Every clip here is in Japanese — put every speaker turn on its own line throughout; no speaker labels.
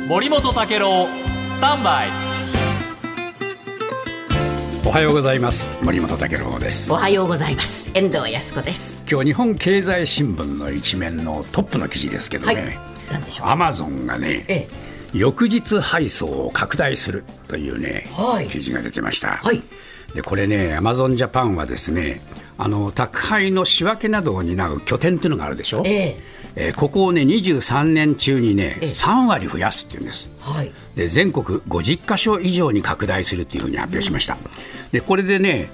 森本武郎スタンバイ。
おはようございます。森本武郎です。
おはようございます。遠藤康子です。
今日日本経済新聞の一面のトップの記事ですけどね、
はい、何でしょう。
アマゾンがね、翌日配送を拡大するというね、記事が出てました。でこれね、アマゾンジャパンはですね、宅配の仕分けなどを担う拠点というのがあるでしょ。ここをね23年中にね、3割増やすっていうんです。で全国50カ所以上に拡大するっていうふうに発表しました。でこれでね、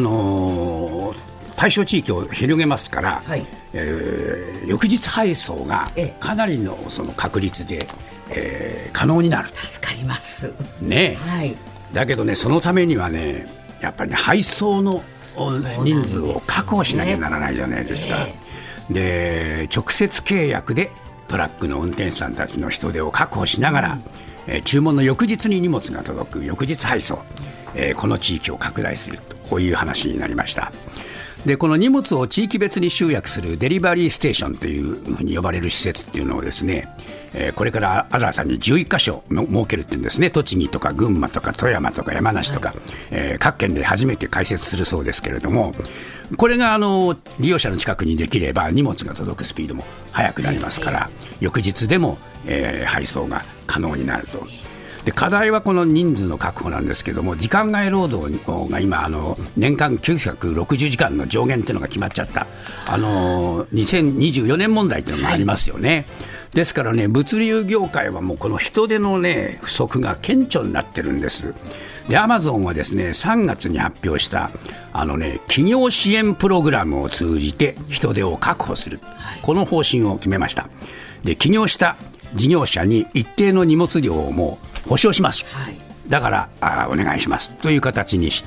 対象地域を広げますから、翌日配送がかなりのその確率で、可能になる。
助かります
ね。だけどね、そのためにはね、やっぱりね、配送の人数を確保しなきゃならないじゃないですか。で直接契約でトラックの運転手さんたちの人手を確保しながら、注文の翌日に荷物が届く翌日配送、この地域を拡大すると、こういう話になりました。でこの荷物を地域別に集約するデリバリーステーションというふうに呼ばれる施設っていうのをですね、これから新たに11カ所設けるっていうんですね。栃木とか群馬とか富山とか山梨とか、各県で初めて開設するそうですけれども、これが利用者の近くにできれば荷物が届くスピードも速くなりますから、翌日でも、配送が可能になると。で課題はこの人数の確保なんですけども、時間外労働が今年間960時間の上限というのが決まっちゃった、2024年問題というのがありますよね。ですからね、物流業界はもうこの人手のね不足が顕著になってるんです。でアマゾンはですね、3月に発表した企業支援プログラムを通じて人手を確保する、この方針を決めました。で起業した事業者に一定の荷物量をもう保証します、だからお願いしますという形にして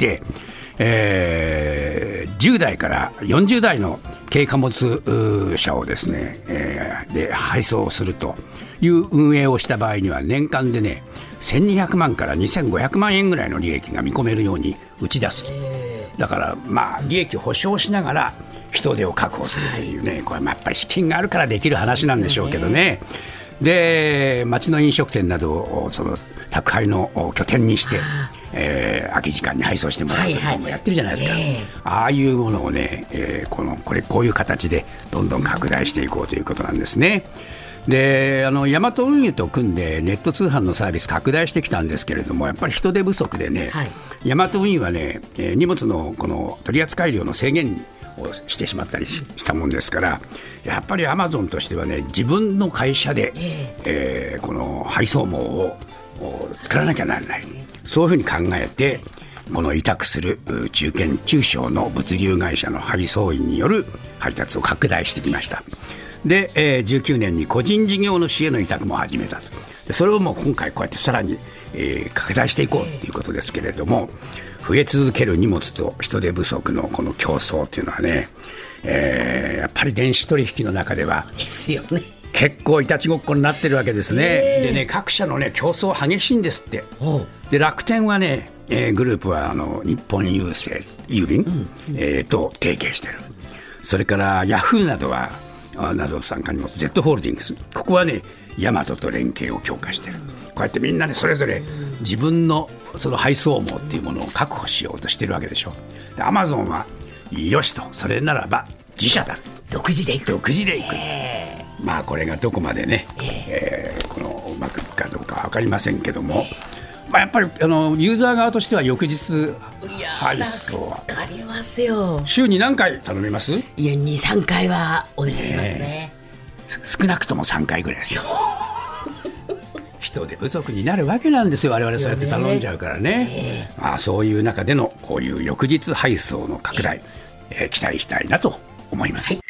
、10代から40代の軽貨物車をですね、で配送するという運営をした場合には、年間でね1200万から2500万円ぐらいの利益が見込めるように打ち出すと。だから利益を保証しながら人手を確保するというね、これやっぱり資金があるからできる話なんでしょうけどね。で町の飲食店などをその宅配の拠点にして、空き時間に配送してもらうというのもやってるじゃないですか。ああいうものをね、こういう形でどんどん拡大していこうということなんですね。でヤマト運輸と組んでネット通販のサービス拡大してきたんですけれども、やっぱり人手不足でね、ヤマト運輸はね、荷物のこの取扱量の制限をしてしまったりしたもんですから、やっぱりアマゾンとしてはね、自分の会社で、この配送網を作らなきゃならない、そういうふうに考えて、この委託する中堅中小の物流会社の配送員による配達を拡大してきました。で、19年に個人事業主への委託も始めたと。でそれをもう今回こうやってさらに、拡大していこうということですけれども、増え続ける荷物と人手不足のこの競争というのはね、やっぱり電子取引の中では
ですよね、
結構いたちごっこになってるわけですね。でね、各社のね競争激しいんですって。で楽天はね、グループは日本郵便、と提携してる。それからヤフーなどは参加にも Z ホールディングス、ここはねヤマトと連携を強化してる。こうやってみんなでそれぞれ自分のその配送網っていうものを確保しようとしてるわけでしょ。でアマゾンはよしと、それならば自社だ、
独自でいく。
これがどこまでね、このうまくいくかどうかは分かりませんけども、やっぱりユーザー側としては翌日配送は
助かりますよ。
週に何回頼みます？
いや 2,3 回はお願いしますね。
少なくとも3回ぐらいですよ。人手不足になるわけなんですよ、我々そうやって頼んじゃうからね。そういう中でのこういう翌日配送の拡大、期待したいなと思います。